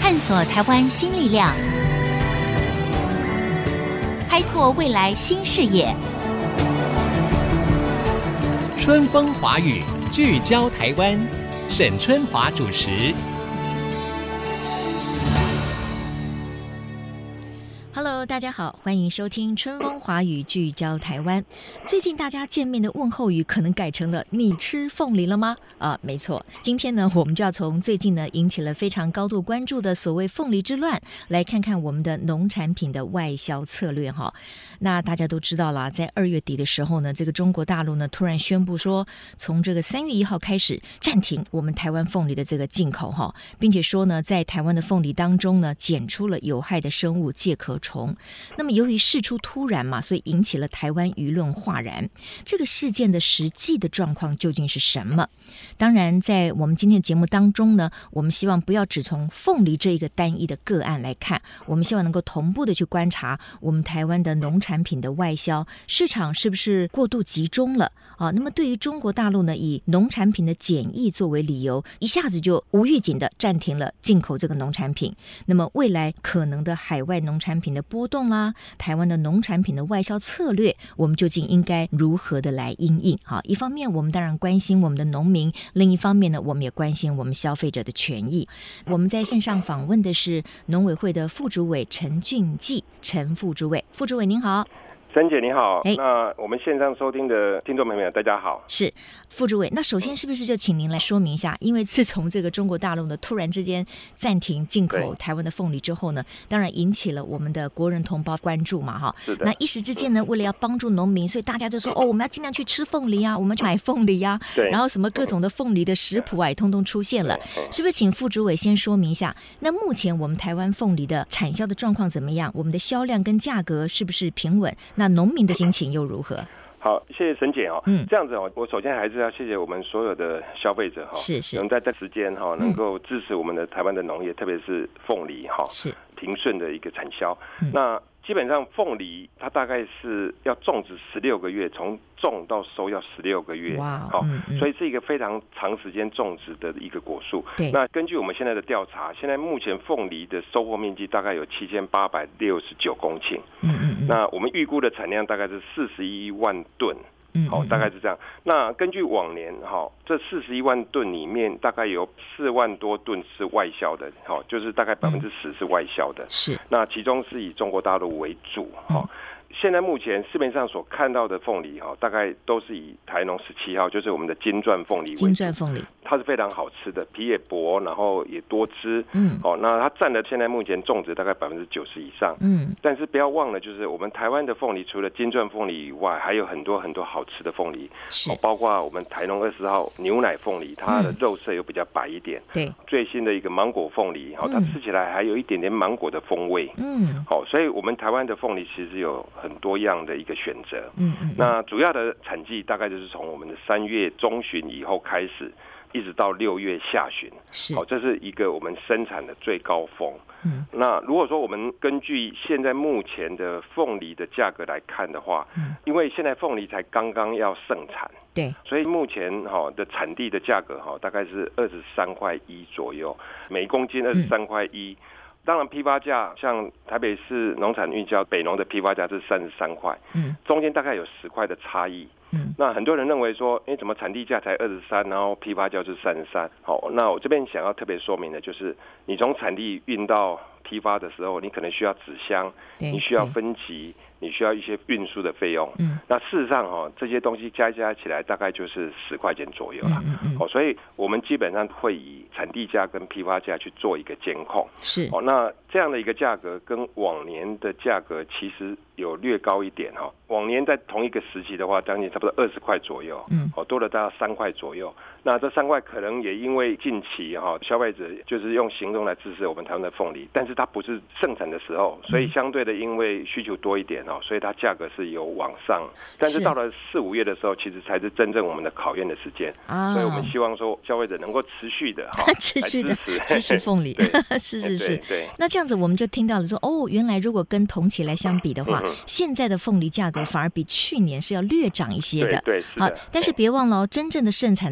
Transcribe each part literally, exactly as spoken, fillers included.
探索台湾新力量，开拓未来新视野。 春风华语聚焦台湾，沈春华主持。 Hello， 大家好，欢迎收听春风华语聚焦台湾。最近大家见面的问候语可能改成了"你吃凤梨了吗"啊，没错。今天呢，我们就要从最近呢引起了非常高度关注的所谓凤梨之乱，来看看我们的农产品的外销策略哈。那大家都知道了，在二月底的时候呢，这个中国大陆呢突然宣布说，从这个三月一号开始暂停我们台湾凤梨的这个进口哈，并且说呢，在台湾的凤梨当中呢，检出了有害的生物介壳虫。那么由于事出突然嘛，所以引起了台湾舆论哗然。这个事件的实际的状况究竟是什么？当然在我们今天的节目当中呢，我们希望不要只从凤梨这一个单一的个案来看，我们希望能够同步的去观察我们台湾的农产品的外销市场是不是过度集中了啊？那么对于中国大陆呢，以农产品的检疫作为理由，一下子就无预警的暂停了进口这个农产品。那么未来可能的海外农产品的波动啦，台湾的农产品的外销策略，我们究竟应该如何的来因应啊？一方面我们当然关心我们的农民，另一方面呢，我们也关心我们消费者的权益。我们在线上访问的是农委会的副主委陈俊记，陈副主委，副主委您好。 沈姐你好，那我们线上收听的听众朋友大家好。 是副主委，那首先是不是就请您来说明一下，因为自从这个中国大陆呢突然之间暂停进口台湾的凤梨之后呢，当然引起了我们的国人同胞关注嘛哈。 是的。 那一时之间呢，为了要帮助农民，所以大家就说哦，我们要尽量去吃凤梨啊，我们去买凤梨啊， 对。 然后什么各种的凤梨的食谱啊，也通通出现了。是不是请副主委先说明一下，那目前我们台湾凤梨的产销的状况怎么样？我们的销量跟价格是不是平稳？那农民的心情又如何？ 好，谢谢沈姐哦。 嗯， 这样子哦，我首先还是要谢谢我们所有的消费者哈， 是是， 能在这时间哈能够支持我们的台湾的农业，嗯、特别是凤梨哈，是平顺的一个产销。嗯、那基本上凤梨它大概是要种植十六个月，从种到收要十六个月， 哇， 好、 嗯嗯， 所以是一个非常长时间种植的一个果树。 对， 那根据我们现在的调查，现在目前凤梨的收获面积大概有七千八百六十九公顷， 嗯嗯嗯， 那我们预估的产量大概是四十一万吨。好、 哦， 大概是这样。那根据往年哈，这四十一万吨里面，大概有四万多吨是外销的，好，就是大概百分之十是外销的。 是。 那其中是以中国大陆为主，哈、嗯。现在目前市面上所看到的凤梨哈，大概都是以台农十七号，就是我们的金钻凤梨为主。 金钻凤梨， 它是非常好吃的，皮也薄，然后也多汁。 嗯， 好、哦，那它占了现在目前种植大概百分之九十以上。 嗯， 但是不要忘了，就是我们台湾的凤梨，除了金钻凤梨以外，还有很多很多好吃的凤梨。 是、 哦，包括我们台农二十号牛奶凤梨，它的肉色又比较白一点。 对、嗯， 最新的一个芒果凤梨，好、哦，它吃起来还有一点点芒果的风味。 嗯， 好、哦，所以我们台湾的凤梨其实有很多样的一个选择。 嗯嗯， 那主要的产季大概就是从我们的三月中旬以后开始，一直到六月下旬。 是， 好、哦，这是一个我们生产的最高峰。 嗯， 那如果说我们根据现在目前的凤梨的价格来看的话，嗯，因为现在凤梨才刚刚要盛产， 对， 所以目前哈的产地的价格哈大概是二十三块一左右，每公斤二十三块一。当然批发价像台北市农产运销北农的批发价是三十三块，嗯，中间大概有十块的差异。嗯，那很多人认为说，哎，怎么产地价才二十三，然后批发价是三十三？好，那我这边想要特别说明的就是，你从产地运到批发的时候，你可能需要纸箱，你需要分级，你需要一些运输的费用。嗯，那事实上哈、哦，这些东西加加起来大概就是十块钱左右啦。嗯嗯。哦，所以我们基本上会以产地价跟批发价去做一个监控。 是。 哦，那这样的一个价格跟往年的价格其实有略高一点哈、哦。往年在同一个时期的话，将近差不多二十块左右。嗯。哦，多了大概三块左右。那这三块可能也因为近期哈、哦，消费者就是用行动来支持我们台湾的凤梨，但是它不是盛产的时候，所以相对的因为需求多一点哦，所以它价格是有往上。但是到了四五月的时候，其实才是真正我们的考验的时间。啊，所以我们希望说消费者能够持续的哈、哦， 持续的支持凤梨。是是是。 对。 那这样子我们就听到了说，哦，原来如果跟同期来相比的话，嗯、现在的凤梨价格反而比去年是要略涨一些的。 对对。是的。 好，但是别忘了哦，真正的盛产的时期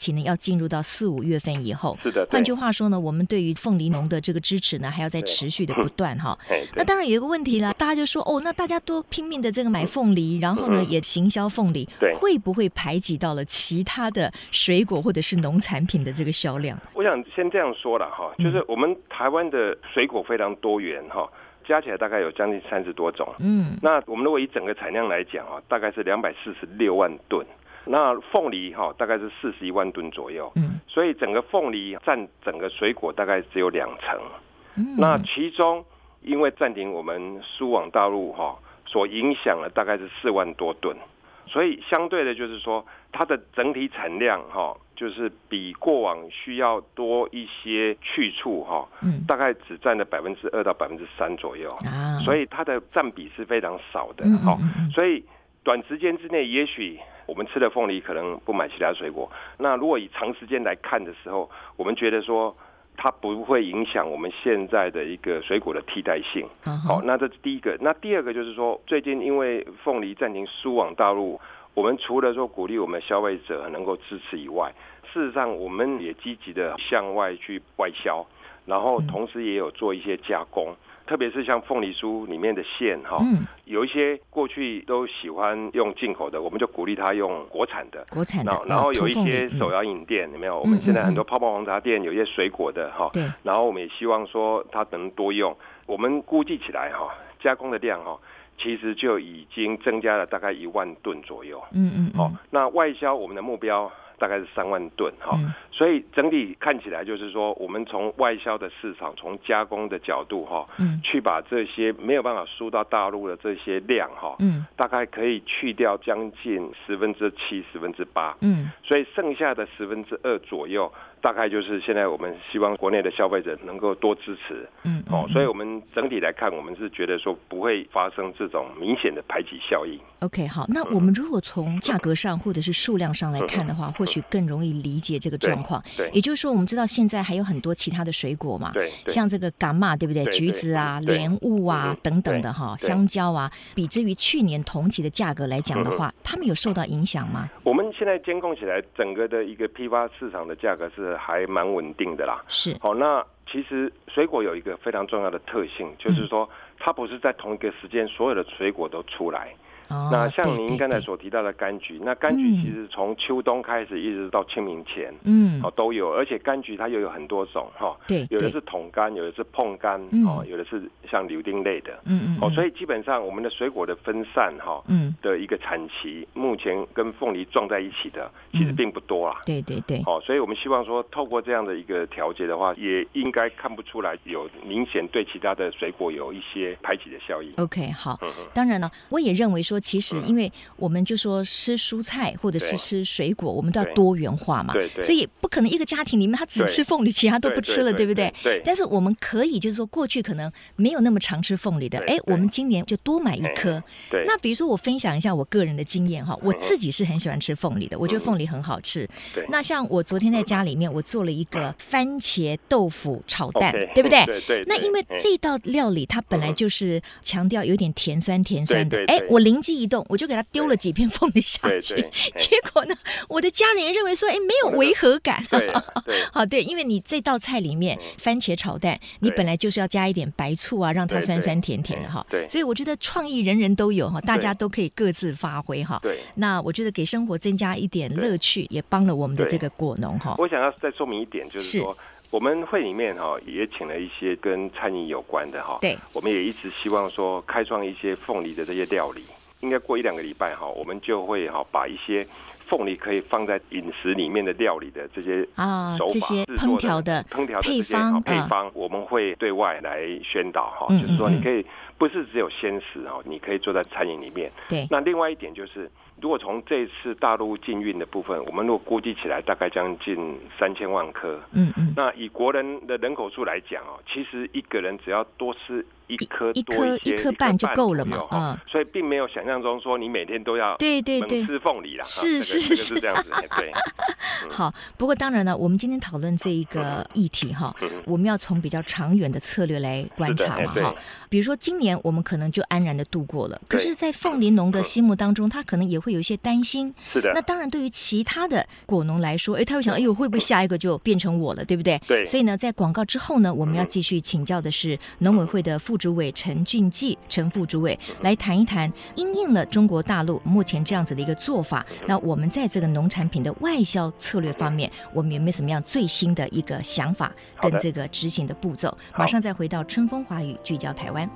期呢要进入到四五月份以后。 是的。 换句话说呢，我们对于凤梨农的这个支持呢，还要再持续的不断哈。那当然有一个问题啦，大家就说哦，那大家都拼命的这个买凤梨，然后呢、嗯、也行销凤梨，会不会排挤到了其他的水果或者是农产品的这个销量？ 我想先这样说了哈，就是我们台湾的水果非常多元哈。加起来大概有将近三十多种，嗯，那我们如果以整个产量来讲啊，大概是两百四十六万吨，那凤梨哈大概是四十一万吨左右，嗯，所以整个凤梨占整个水果大概只有两成，嗯，那其中因为暂停我们输往大陆哈，所影响了大概是四万多吨，所以相对的就是说它的整体产量哈。就是比过往需要多一些去处哈，嗯，大概只占了百分之二到百分之三左右，啊，所以它的占比是非常少的哈，嗯嗯，所以短时间之内，也许我们吃的凤梨可能不买其他水果，那如果以长时间来看的时候，我们觉得说它不会影响我们现在的一个水果的替代性，好，那这是第一个。那第二个就是说，最近因为凤梨暂停输往大陆。我们除了说鼓励我们消费者能够支持以外，事实上我们也积极的向外去外销，然后同时也有做一些加工，特别是像凤梨酥里面的馅哈，嗯，有一些过去都喜欢用进口的，我们就鼓励他用国产的， 国产的。 然后有一些手摇饮店，有没有？我们现在很多泡泡红茶店有一些水果的哈，对。然后我们也希望说它能多用，我们估计起来哈，加工的量哈。其实就已经增加了大概一万吨左右，嗯嗯，好，那外销我们的目标大概是三万吨哈，嗯，所以整体看起来就是说，我们从外销的市场，从加工的角度哈，嗯，去把这些没有办法输到大陆的这些量哈，嗯，大概可以去掉将近十分之七、十分之八，嗯，所以剩下的十分之二左右。大概就是现在我们希望国内的消费者能够多支持，嗯，哦，所以我们整体来看，我们是觉得说不会发生这种明显的排挤效应。 OK， 好，那我们如果从价格上或者是数量上来看的话，或许更容易理解这个状况。对，也就是说，我们知道现在还有很多其他的水果嘛，对，像这个柑嘛，对不对？橘子啊、莲雾啊等等的哈，香蕉啊，比之于去年同期的价格来讲的话，他们有受到影响吗？ 我们现在监控起来，整个的一个批发市场的价格是还蛮稳定的啦。是，好，那其实水果有一个非常重要的特性，就是说它不是在同一个时间所有的水果都出来。哦，那像您刚才所提到的柑橘，那柑橘其实从秋冬开始一直到清明前，嗯，哦都有，而且柑橘它又有很多种哈，对，有的是桶柑，有的是碰柑，哦，有的是像柳丁类的，嗯嗯，哦，所以基本上我们的水果的分散哈，嗯，的一个产期，目前跟凤梨撞在一起的其实并不多啦， 对对对， 哦，所以我们希望说透过这样的一个调节的话，也应该看不出来有明显对其他的水果有一些排挤的效应。 OK， 好，嗯嗯，当然了，我也认为说。其实，因为我们就说吃蔬菜或者是吃水果，我们都要多元化嘛，对对，所以不可能一个家庭里面他只吃凤梨，其他都不吃了，对不对？对。但是我们可以就是说，过去可能没有那么常吃凤梨的，哎，我们今年就多买一颗。对。那比如说，我分享一下我个人的经验哈，我自己是很喜欢吃凤梨的，我觉得凤梨很好吃。对。那像我昨天在家里面，我做了一个番茄豆腐炒蛋，对不对？对对。那因为这道料理它本来就是强调有点甜酸甜酸的，哎，我灵机一动，我就给他丢了几片凤梨下去，结果呢，我的家人也认为说，哎，没有违和感。对，好，对，因为你这道菜里面番茄炒蛋，你本来就是要加一点白醋啊，让它酸酸甜甜的哈。对，所以我觉得创意人人都有哈，大家都可以各自发挥哈。对，那我觉得给生活增加一点乐趣，也帮了我们的这个果农哈。 我想要再说明一点，就是说。我们会里面哈也请了一些跟餐饮有关的哈，对，我们也一直希望说开创一些凤梨的这些料理，应该过一两个礼拜哈，我们就会哈把一些凤梨可以放在饮食里面的料理的这些啊这些烹调的烹调的配方配方，我们会对外来宣导哈，就是说你可以不是只有鲜食哈，你可以做在餐饮里面。对，那另外一点就是。如果从这次大陆禁运的部分，我们如果估计起来大概将近三千万颗，嗯嗯，那以国人的人口数来讲哦，其实一个人只要多吃一颗多一些， 一颗半就够了嘛， 嗯，所以并没有想象中说你每天都要对对对猛吃凤梨啦， 是是是是这样子，对。 好，不过当然了，我们今天讨论这一个议题哈，我们要从比较长远的策略来观察嘛哈，比如说今年我们可能就安然的度过了，可是，在凤梨农的心目当中，他可能也会。 会有一些担心。 是的。 那当然，对于其他的果农来说，哎，他会想，哎呦，会不会下一个就变成我了，对不对？ 对。 所以呢，在广告之后呢，我们要继续请教的是农委会的副主委陈俊记陈副主委，来谈一谈因应了中国大陆目前这样子的一个做法，那我们在这个农产品的外销策略方面，我们有没有什么样最新的一个想法跟这个执行的步骤？马上再回到春风华语聚焦台湾。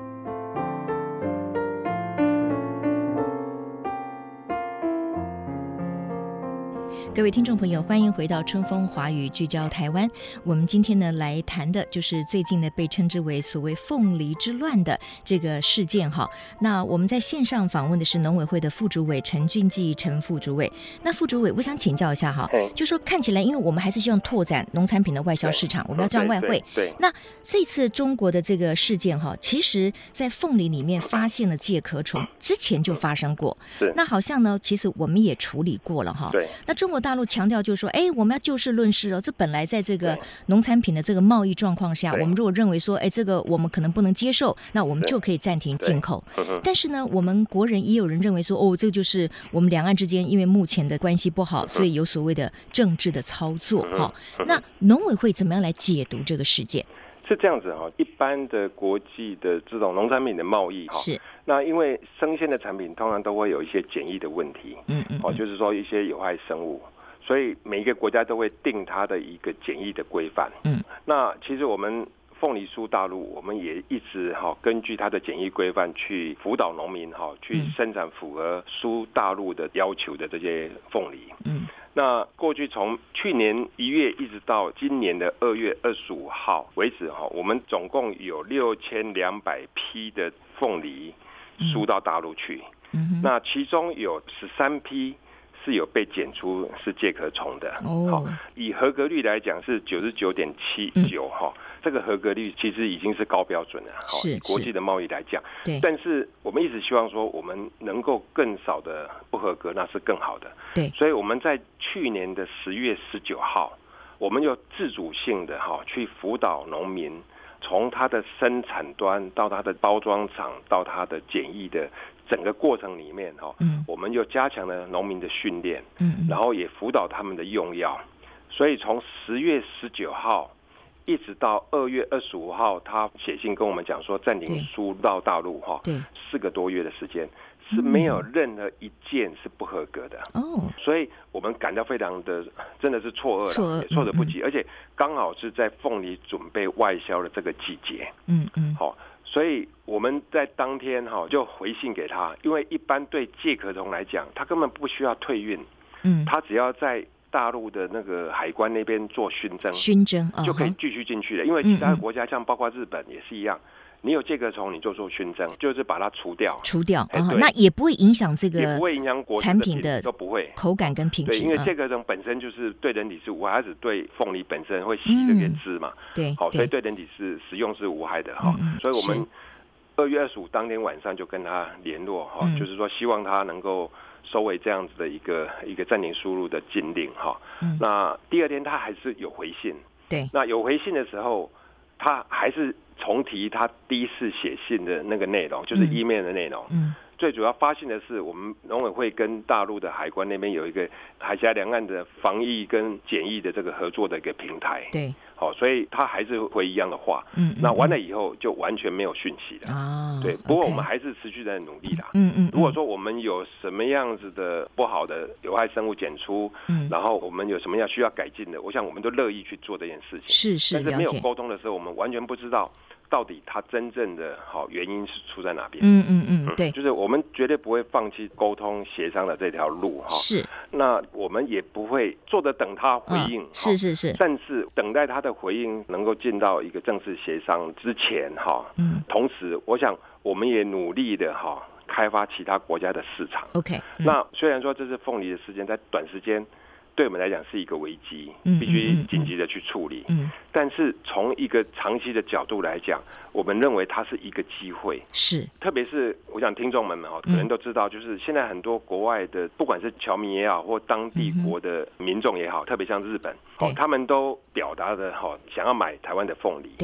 各位听众朋友，欢迎回到春风华语聚焦台湾。我们今天呢来谈的就是最近呢被称之为所谓凤梨之乱的这个事件哈。那我们在线上访问的是农委会的副主委陈俊记陈副主委。那副主委，我想请教一下哈，就说看起来，因为我们还是希望拓展农产品的外销市场，我们要赚外汇。 对。 那这次中国的这个事件哈，其实在凤梨里面发现了介壳虫，之前就发生过。 是。 那好像呢，其实我们也处理过了哈。 对。 那中国大陆强调就是说，哎，我们要就事论事哦。这本来在这个农产品的这个贸易状况下，我们如果认为说，哎，这个我们可能不能接受，那我们就可以暂停进口。但是呢，我们国人也有人认为说，哦，这个就是我们两岸之间因为目前的关系不好，所以有所谓的政治的操作哈、哦。那农委会怎么样来解读这个事件？ 是这样子哈，一般的国际的这种农产品的贸易哈， 是那因为生鲜的产品通常都会有一些检疫的问题，嗯嗯，哦，就是说一些有害生物，所以每一个国家都会定它的一个检疫的规范，嗯，那其实我们凤梨输大陆，我们也一直哈根据它的检疫规范去辅导农民哈去生产符合输大陆的要求的这些凤梨，嗯。那过去从去年一月一直到今年的二月二十五号为止哈，我们总共有六千两百批的凤梨输到大陆去，嗯、那其中有十三批是有被检出是介壳虫的，哦，以合格率来讲是九十九点七九哈。这个合格率其实已经是高标准了，以国际的贸易来讲，对。但是我们一直希望说，我们能够更少的不合格，那是更好的。对。所以我们在去年的十月十九号，我们有自主性的哈去辅导农民，从它的生产端到它的包装厂到它的检疫的整个过程里面哈，嗯，我们又加强了农民的训练，嗯，然后也辅导他们的用药，所以从十月十九号。一直到二月二十五号，他写信跟我们讲说暂停输到大陆哈，四个多月的时间是没有任何一件是不合格的哦，所以我们感到非常的真的是错愕了，也措手不及，而且刚好是在凤梨准备外销的这个季节，嗯嗯，好，所以我们在当天哈就回信给他，因为一般对介壳虫来讲，他根本不需要退运，嗯，他只要在大陆的那个海关那边做熏蒸， 熏蒸就可以继续进去了。因为其他的国家像包括日本也是一样，你有介壳虫你就做熏蒸，就是把它除掉， 除掉，哦、那也不会影响这个， 也不会影响果产品的都不会口感跟品质。 对，因为介壳虫本身就是对人体是无害，它只对凤梨本身会吸这个汁嘛，嗯、对，好，所以对人体是食用是无害的哈、嗯。所以我们二月二十五当天晚上就跟他联络哈、嗯，就是说希望他能够收回这样子的一个一个暂停输入的禁令哈、嗯，那第二天他还是有回信，对，那有回信的时候，他还是重提他第一次写信的那个内容，就是 email 的内容。嗯，最主要发现的是，我们农委会跟大陆的海关那边有一个海峡两岸的防疫跟检疫的这个合作的一个平台。对。好，所以他还是回一样的话，嗯，那完了以后就完全没有讯息了啊。对，不过我们还是持续在努力啦。嗯嗯。如果说我们有什么样子的不好的有害生物检出，嗯，然后我们有什么样需要改进的，我想我们都乐意去做这件事情。是是，但是没有沟通的时候，我们完全不知道到底它真正的好原因是出在哪边。嗯嗯嗯，对，就是我们绝对不会放弃沟通协商的这条路哈。是。那我们也不会坐着等他回应。嗯、是是是。但是等待他的回应能够进到一个正式协商之前哈，嗯，同时我想我们也努力的哈开发其他国家的市场。OK，嗯、那虽然说这是凤梨的事件，在短时间。对我们来讲是一个危机，必须紧急的去处理。嗯，但是从一个长期的角度来讲，我们认为它是一个机会。是，特别是我想听众们哈，可能都知道，就是现在很多国外的，不管是侨民也好，或当地国的民众也好，特别像日本，哦，他们都表达的哈想要买台湾的凤梨。对。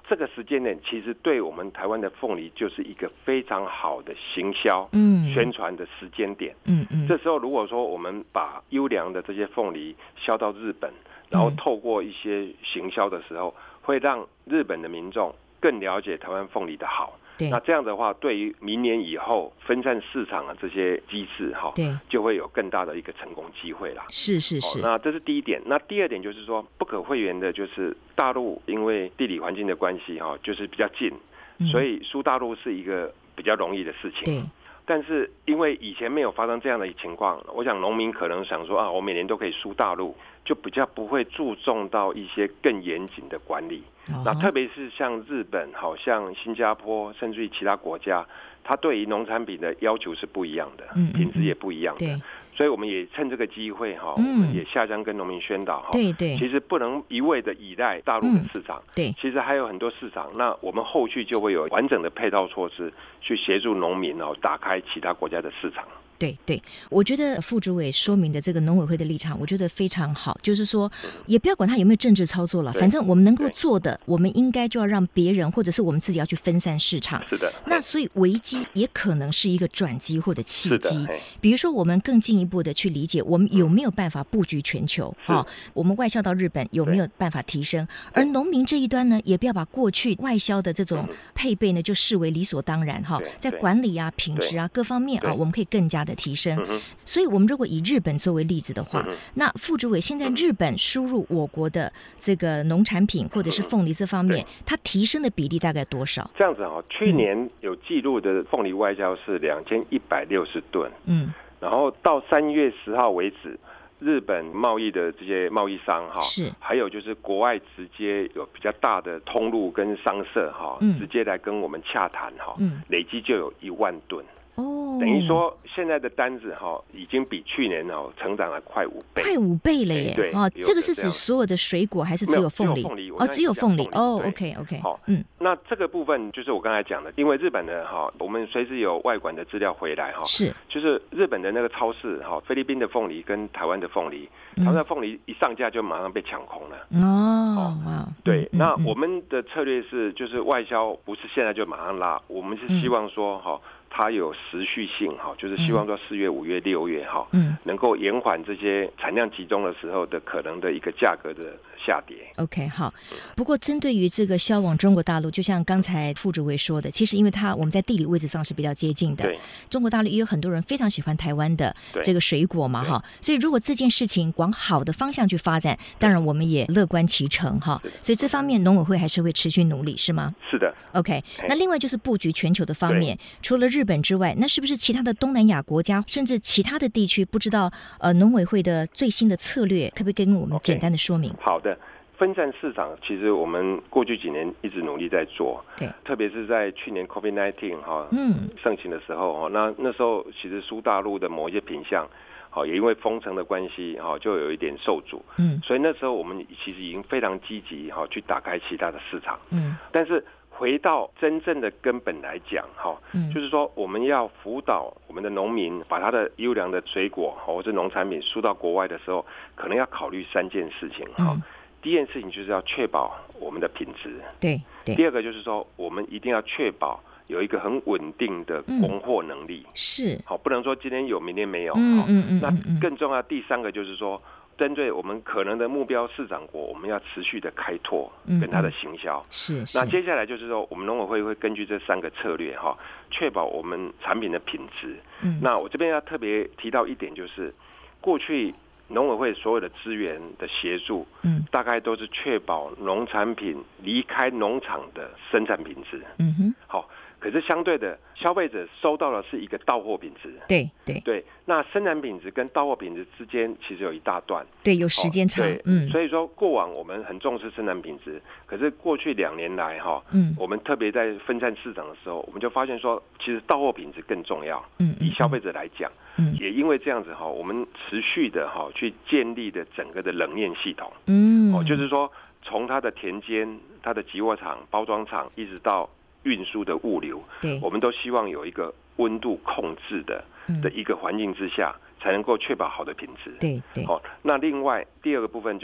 这个时间点其实对我们台湾的凤梨就是一个非常好的行销、 嗯宣传的时间点。 嗯嗯， 这时候如果说我们把优良的这些凤梨销到日本，然后透过一些行销的时候，会让日本的民众更了解台湾凤梨的好。那这样的话，对于明年以后分散市场的这些机制哈， 对， 就会有更大的一个成功机会啦。 是是是、 哦。那这是第一点。那第二点就是说，不可讳言的就是大陆因为地理环境的关系哈，就是比较近，嗯、所以输大陆是一个比较容易的事情。 对。 但是因为以前没有发生这样的情况，我想农民可能想说啊，我每年都可以输大陆，就比较不会注重到一些更严谨的管理。哦、那特别是像日本、好像新加坡，甚至于其他国家，它对于农产品的要求是不一样的，嗯嗯嗯品质也不一样的。对。所以我们也趁这个机会哈，我们也下乡跟农民宣导哈， 对对， 其实不能一味的依赖大陆的市场， 嗯、对， 其实还有很多市场，那我们后续就会有完整的配套措施去协助农民哦，打开其他国家的市场。 对对，我觉得副主委说明的这个农委会的立场，我觉得非常好，就是说，也不要管他有没有政治操作了，反正我们能够做的，我们应该就要让别人或者是我们自己要去分散市场。 是的。 那所以危机也可能是一个转机或者契机。比如说，我们更进一步的去理解，我们有没有办法布局全球？哈、哦，我们外销到日本有没有办法提升？而农民这一端呢，也不要把过去外销的这种配备呢，就视为理所当然哈。在管理啊、品质啊各方面啊，我们可以更加的提升。嗯、所以我们如果以日本作为例子的话，嗯、那副主委现在日本输入我国的这个农产品或者是凤梨这方面，嗯、它提升的比例大概多少？ 这样子哈，去年有记录的凤梨外销是两千一百六十吨，嗯，然后到三月十号为止，日本贸易的这些贸易商哈，是，还有就是国外直接有比较大的通路跟商社哈，嗯、直接来跟我们洽谈哈，嗯、累积就有一万吨。哦，等于说现在的单子哈，已经比去年哦成长了快五倍， 快五倍了耶！ 对， 哦，这个是指所有的水果还是只有凤梨？哦，只有凤梨。哦 ，OK OK。好， 嗯，那这个部分就是我刚才讲的，因为日本的哈，我们随时有外管的资料回来哈， 是， 就是日本的那个超市哈，菲律宾的凤梨跟台湾的凤梨，台湾的凤梨一上架就马上被抢空了。哦，哇，对，那我们的策略是，就是外销不是现在就马上拉，我们是希望说哈。它有持续性哈，就是希望说四月、五月、六月哈，嗯，能够延缓这些产量集中的时候的可能的一个价格的下跌。 OK， 好。不过针对于这个销往中国大陆，就像刚才副主委说的，其实因为它我们在地理位置上是比较接近的，对，中国大陆也有很多人非常喜欢台湾的这个水果嘛哈，所以如果这件事情往好的方向去发展，当然我们也乐观其成哈。所以这方面农委会还是会持续努力，是吗？ 是的。 OK， 那另外就是布局全球的方面，除了日本日本之外，那是不是其他的东南亚国家，甚至其他的地区，不知道呃农委会的最新的策略，可不可以跟我们简单的说明？ Okay, 好的，分散市场，其实我们过去几年一直努力在做，对，特别是在去年 COVID 十九 哈，嗯，盛行的时候，那那时候其实输大陆的某一些品项，好，也因为封城的关系，哈，就有一点受阻，嗯，所以那时候我们其实已经非常积极，哈，去打开其他的市场，嗯，但是回到真正的根本来讲，哈，就是说我们要辅导我们的农民把他的优良的水果或者农产品输到国外的时候，可能要考虑三件事情，哈。第一件事情就是要确保我们的品质， 对对。 第二个就是说，我们一定要确保有一个很稳定的供货能力，嗯、 是好，不能说今天有明天没有， 嗯嗯嗯。 那更重要，第三个就是说，针对我们可能的目标市场国，我们要持续的开拓跟它的行销。嗯、是, 是。那接下来就是说，我们农委会会根据这三个策略哈，确保我们产品的品质。嗯。那我这边要特别提到一点，就是过去农委会所有的资源的协助，嗯，大概都是确保农产品离开农场的生产品质。嗯哼。好。可是相对的，消费者收到的是一个到货品质。 对对对，那生产品质跟到货品质之间其实有一大段， 对，有时间差。 对，嗯，所以说过往我们很重视生产品质，可是过去两年来哈，嗯，我们特别在分散市场的时候，我们就发现说，其实到货品质更重要。嗯，以消费者来讲，嗯，也因为这样子哈，我们持续的哈去建立的整个的冷链系统。嗯，哦，就是说从它的田间、它的集货场、包装厂，一直到运输的物流，对，我们都希望有一个温度控制的、嗯、的一个环境之下，才能够确保好的品质。 对对。 好、哦，那另外第二个部分就是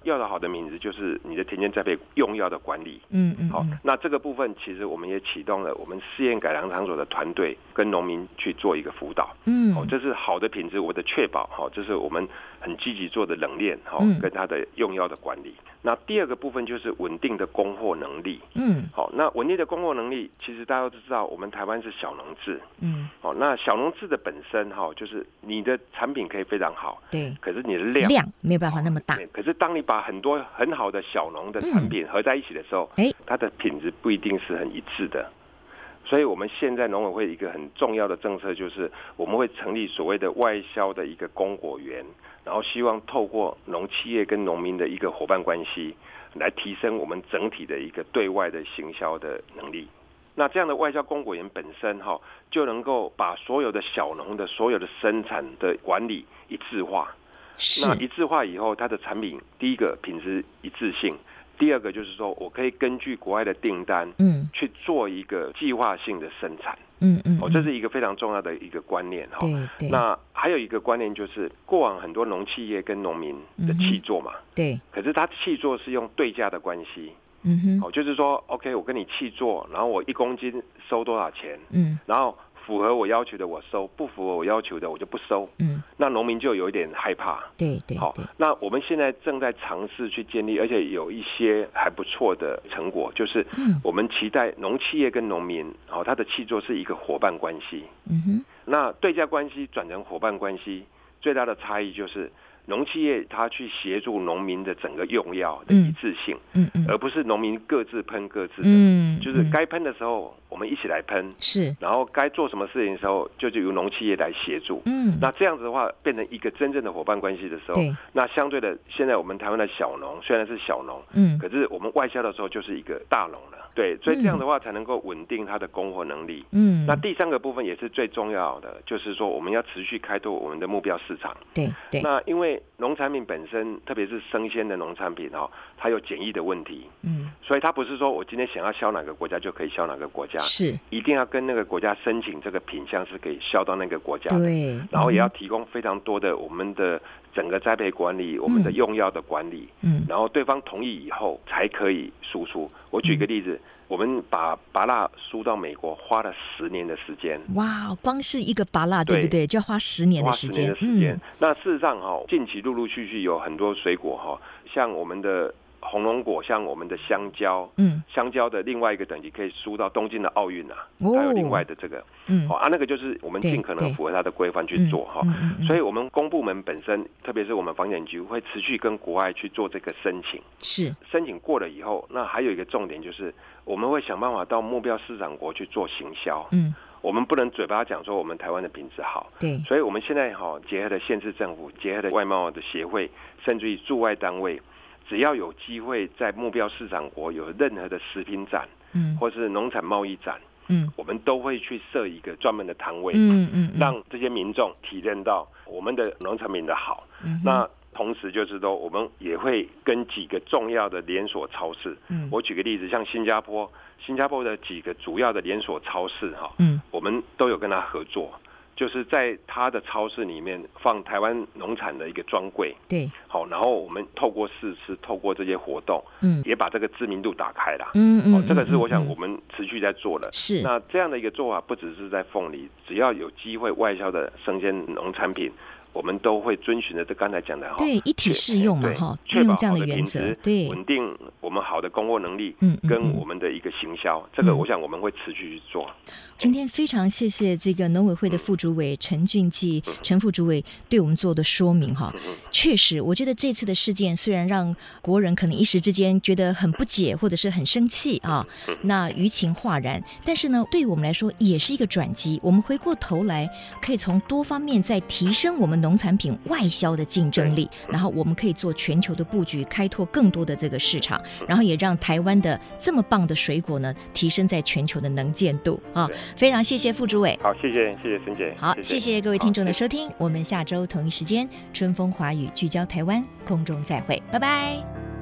药的好的品质就是你的田间栽培用药的管理。 嗯嗯， 好，那这个部分其实我们也启动了我们试验改良场所的团队跟农民去做一个辅导。 嗯， 哦，这是好的品质，我的确保，好，这是我们很积极做的冷链，好，跟它的用药的管理。那第二个部分就是稳定的供货能力。 嗯， 好，那稳定的供货能力，其实大家都知道，我们台湾是小农制。 嗯， 好，那小农制的本身哈，就是你的产品可以非常好， 对， 可是你的量量没有办法那么大。 可是当你把很多很好的小农的产品合在一起的时候， 哎， 它的品质不一定是很一致的。所以我们现在农委会一个很重要的政策就是我们会成立所谓的外销的一个供果园，然后希望透过农企业跟农民的一个伙伴关系来提升我们整体的一个对外的行销的能力。那这样的外销供果园本身哈，就能够把所有的小农的所有的生产的管理一致化。那一致化以后，它的产品第一个品质一致性，第二个就是说我可以根据国外的订单，嗯，去做一个计划性的生产。嗯嗯，哦，这是一个非常重要的一个观念哈。 对对。 那还有一个观念就是，过往很多农企业跟农民的契作嘛，嗯、 对。 可是他契作是用对价的关系。 嗯哼。 哦，就是说 ，OK， 我跟你契作，然后我一公斤收多少钱？嗯。然后符合我要求的我收，不符合我要求的我就不收。嗯。那农民就有一点害怕。 对对。 好，那我们现在正在尝试去建立，而且有一些还不错的成果，就是我们期待农企业跟农民，好，它的契作是一个伙伴关系。嗯哼。那对价关系转成伙伴关系，最大的差异就是农企业它去协助农民的整个用药的一致性，嗯嗯，而不是农民各自喷各自的，嗯，就是该喷的时候我们一起来喷，是，然后该做什么事情的时候就由农企业来协助，嗯，那这样子的话变成一个真正的伙伴关系的时候，那相对的现在我们台湾的小农虽然是小农，嗯，可是我们外销的时候就是一个大农了，对，所以这样的话才能够稳定它的供货能力，嗯，那第三个部分也是最重要的，就是说我们要持续开拓我们的目标市场，对对，那因为农产品本身，特别是生鲜的农产品哦，它有检疫的问题，嗯，所以它不是说我今天想要销哪个国家就可以销哪个国家，是一定要跟那个国家申请这个品项是可以销到那个国家的，对，然后也要提供非常多的我们的整个栽培管理，我们的用药的管理，嗯，然后对方同意以后才可以输出。我举个例子。嗯，我们把芭乐输到美国花了十年的时间。哇， 光是一个芭乐，对不对？就要花十年的时间。 花十年的时间。嗯、那事实上哈，近期陆陆续续有很多水果哈，像我们的红龙果，像我们的香蕉，嗯，香蕉的另外一个等级可以输到东京的奥运啊，哦、还有另外的这个，嗯，好、哦、啊，那个就是我们尽可能符合它的规范去做哈。嗯嗯、所以我们公部门本身，特别是我们防检局会持续跟国外去做这个申请。是申请过了以后，那还有一个重点就是。我们会想办法到目标市场国去做行销，嗯，我们不能嘴巴讲说我们台湾的品质好，对，所以我们现在哈结合了县市政府，结合了外贸的协会，甚至于驻外单位，只要有机会在目标市场国有任何的食品展，嗯，或是农产贸易展，嗯，我们都会去设一个专门的摊位，嗯嗯，让这些民众体验到我们的农产品的好，嗯，那。同时就是说我们也会跟几个重要的连锁超市，嗯，我举个例子，像新加坡新加坡的几个主要的连锁超市哈，嗯，我们都有跟他合作，就是在他的超市里面放台湾农产的一个专柜，对，好，然后我们透过试吃，透过这些活动，嗯，也把这个知名度打开了，嗯嗯，哦，这个是我想我们持续在做的，是，那这样的一个做法不只是在凤梨，只要有机会外销的生鲜农产品。我们都会遵循的这刚才讲的哈，对，一体适用嘛哈，运用这样的原则，对，稳定我们好的供货能力，嗯，跟我们的一个行销，嗯、这个我想我们会持续去做。 今天非常谢谢这个农委会的副主委陈俊基陈副主委对我们做的说明哈。确实，我觉得这次的事件虽然让国人可能一时之间觉得很不解或者是很生气啊，那舆情哗然，但是呢，对于我们来说也是一个转机。我们回过头来，可以从多方面再提升我们农产品外销的竞争力，然后我们可以做全球的布局，开拓更多的这个市场，然后也让台湾的这么棒的水果呢，提升在全球的能见度啊！非常谢谢副主委， 好，谢谢谢谢沈姐， 好，谢谢, 谢谢各位听众的收听，我们下周同一时间春风华语聚焦台湾，空中再会，拜拜。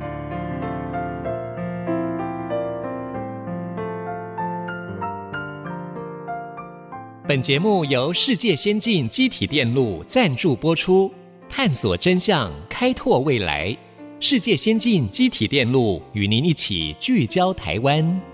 本节目由世界先进机体电路赞助播出，探索真相，开拓未来。 世界先进机体电路与您一起聚焦台湾。